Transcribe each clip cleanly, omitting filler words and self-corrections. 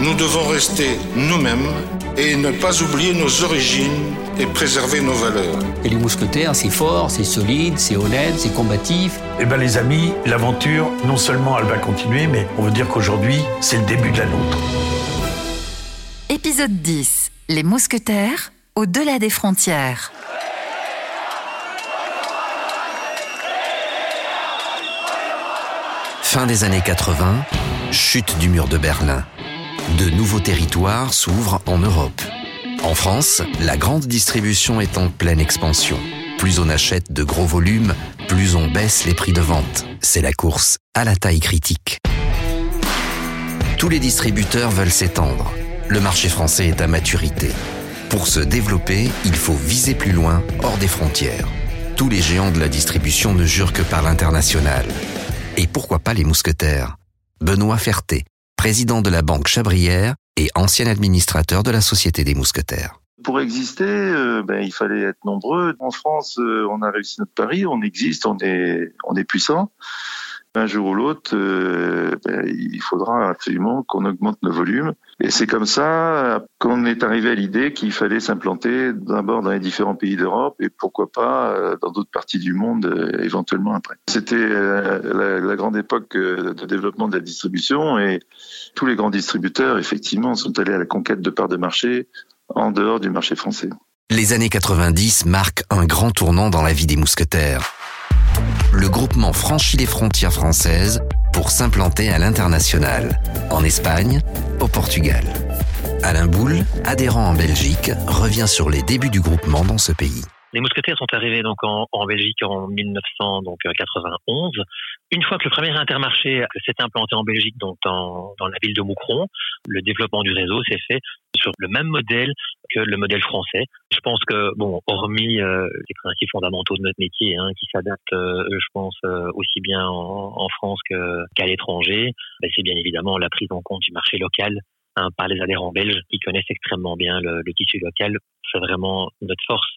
Nous devons rester nous-mêmes et ne pas oublier nos origines et préserver nos valeurs. Et les mousquetaires, c'est fort, c'est solide, c'est honnête, c'est combatif. Eh bien les amis, l'aventure, non seulement elle va continuer, mais on veut dire qu'aujourd'hui, c'est le début de la nôtre. Épisode 10. Les mousquetaires, au-delà des frontières. Fin des années 80, chute du mur de Berlin. De nouveaux territoires s'ouvrent en Europe. En France, la grande distribution est en pleine expansion. Plus on achète de gros volumes, plus on baisse les prix de vente. C'est la course à la taille critique. Tous les distributeurs veulent s'étendre. Le marché français est à maturité. Pour se développer, il faut viser plus loin, hors des frontières. Tous les géants de la distribution ne jurent que par l'international. Et pourquoi pas les mousquetaires ? Benoît Ferté, président de la Banque Chabrière et ancien administrateur de la Société des Mousquetaires. Pour exister, il fallait être nombreux. En France, on a réussi notre pari, on existe, on est puissant. Un jour ou l'autre, il faudra absolument qu'on augmente nos volumes. Et c'est comme ça qu'on est arrivé à l'idée qu'il fallait s'implanter d'abord dans les différents pays d'Europe et pourquoi pas dans d'autres parties du monde éventuellement après. C'était la grande époque de développement de la distribution et tous les grands distributeurs, effectivement, sont allés à la conquête de parts de marché en dehors du marché français. Les années 90 marquent un grand tournant dans la vie des mousquetaires. Le groupement franchit les frontières françaises pour s'implanter à l'international, en Espagne, au Portugal. Alain Boulle, adhérent en Belgique, revient sur les débuts du groupement dans ce pays. Les mousquetaires sont arrivés donc en Belgique en 1991. Une fois que le premier Intermarché s'est implanté en Belgique, donc dans la ville de Moucron, le développement du réseau s'est fait sur le même modèle que le modèle français. Je pense que, hormis les principes fondamentaux de notre métier, qui s'adaptent, je pense, aussi bien en France qu'à l'étranger, c'est bien évidemment la prise en compte du marché local par les adhérents belges qui connaissent extrêmement bien le tissu local. C'est vraiment notre force.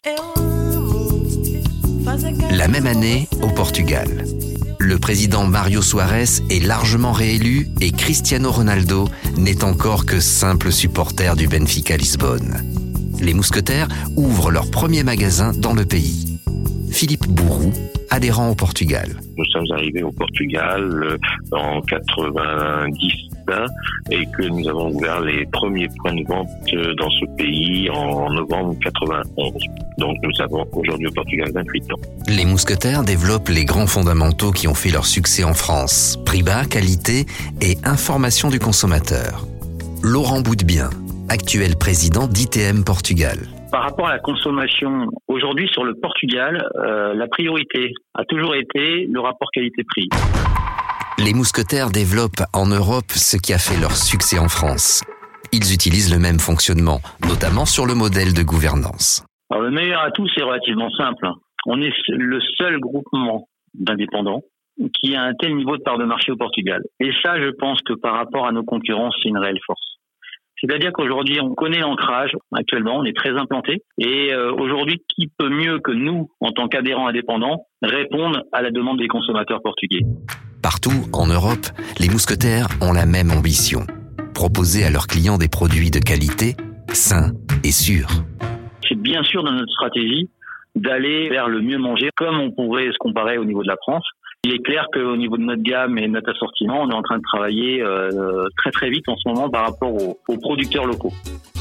La même année, au Portugal, le président Mário Soares est largement réélu et Cristiano Ronaldo n'est encore que simple supporter du Benfica Lisbonne. Les mousquetaires ouvrent leur premier magasin dans le pays. Philippe Bourroux, adhérent au Portugal. Nous sommes arrivés au Portugal en 90 et que nous avons ouvert les premiers points de vente dans ce pays en novembre 91. Donc nous avons aujourd'hui au Portugal 28 ans. Les mousquetaires développent les grands fondamentaux qui ont fait leur succès en France. Prix bas, qualité et information du consommateur. Laurent Boudebien, actuel président d'ITM Portugal. Par rapport à la consommation, aujourd'hui sur le Portugal, la priorité a toujours été le rapport qualité-prix. Les mousquetaires développent en Europe ce qui a fait leur succès en France. Ils utilisent le même fonctionnement, notamment sur le modèle de gouvernance. Alors le meilleur atout, c'est relativement simple. On est le seul groupement d'indépendants qui a un tel niveau de part de marché au Portugal. Et ça, je pense que par rapport à nos concurrents, c'est une réelle force. C'est-à-dire qu'aujourd'hui, on connaît l'ancrage. Actuellement, on est très implanté. Et aujourd'hui, qui peut mieux que nous, en tant qu'adhérents indépendants, répondre à la demande des consommateurs portugais ? Partout en Europe, les mousquetaires ont la même ambition. Proposer à leurs clients des produits de qualité, sains et sûrs. C'est bien sûr dans notre stratégie d'aller vers le mieux manger, comme on pourrait se comparer au niveau de la France. Il est clair qu'au niveau de notre gamme et de notre assortiment, on est en train de travailler très très vite en ce moment par rapport aux producteurs locaux.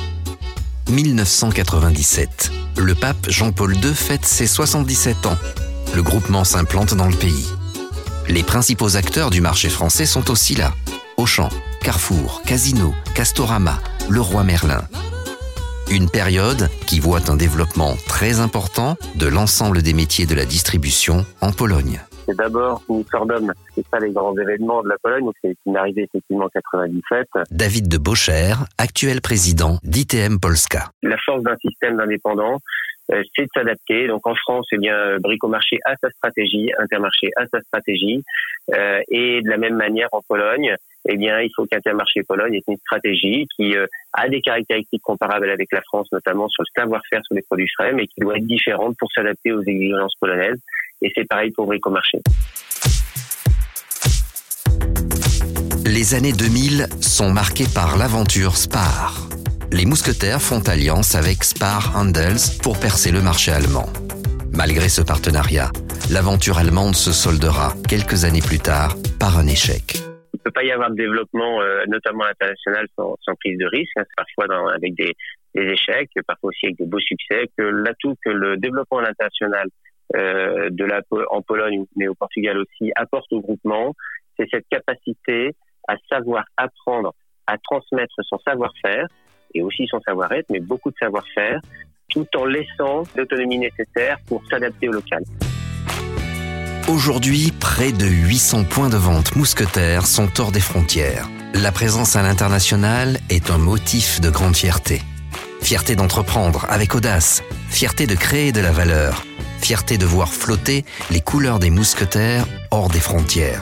1997. Le pape Jean-Paul II fête ses 77 ans. Le groupement s'implante dans le pays. Les principaux acteurs du marché français sont aussi là. Auchan, Carrefour, Casino, Castorama, Leroy Merlin. Une période qui voit un développement très important de l'ensemble des métiers de la distribution en Pologne. C'est d'abord une Sordome, c'est ça les grands événements de la Pologne, donc c'est une arrivée effectivement en 97. David de Bocher, actuel président d'ITM Polska. La force d'un système d'indépendants, c'est de s'adapter. Donc en France, Bricomarché a sa stratégie, Intermarché a sa stratégie, et de la même manière en Pologne, il faut qu'Intermarché Pologne ait une stratégie qui a des caractéristiques comparables avec la France, notamment sur le savoir-faire sur les produits frais, mais qui doit être différente pour s'adapter aux exigences polonaises. Et c'est pareil pour Bricomarché. Les années 2000 sont marquées par l'aventure Spar. Les mousquetaires font alliance avec Spar Handels pour percer le marché allemand. Malgré ce partenariat, l'aventure allemande se soldera quelques années plus tard par un échec. Il ne peut pas y avoir de développement, notamment international, sans prise de risque. Parfois avec des échecs, parfois aussi avec des beaux succès. Que l'atout que le développement à l'international en Pologne, mais au Portugal aussi, apporte au groupement, c'est cette capacité à savoir apprendre, à transmettre son savoir-faire et aussi son savoir-être, mais beaucoup de savoir-faire, tout en laissant l'autonomie nécessaire pour s'adapter au local. Aujourd'hui, près de 800 points de vente mousquetaires sont hors des frontières. La présence à l'international est un motif de grande fierté. Fierté d'entreprendre avec audace, fierté de créer de la valeur, fierté de voir flotter les couleurs des mousquetaires hors des frontières.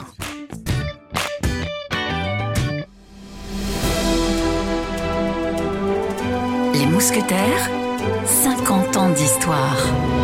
Les Mousquetaires, 50 ans d'histoire.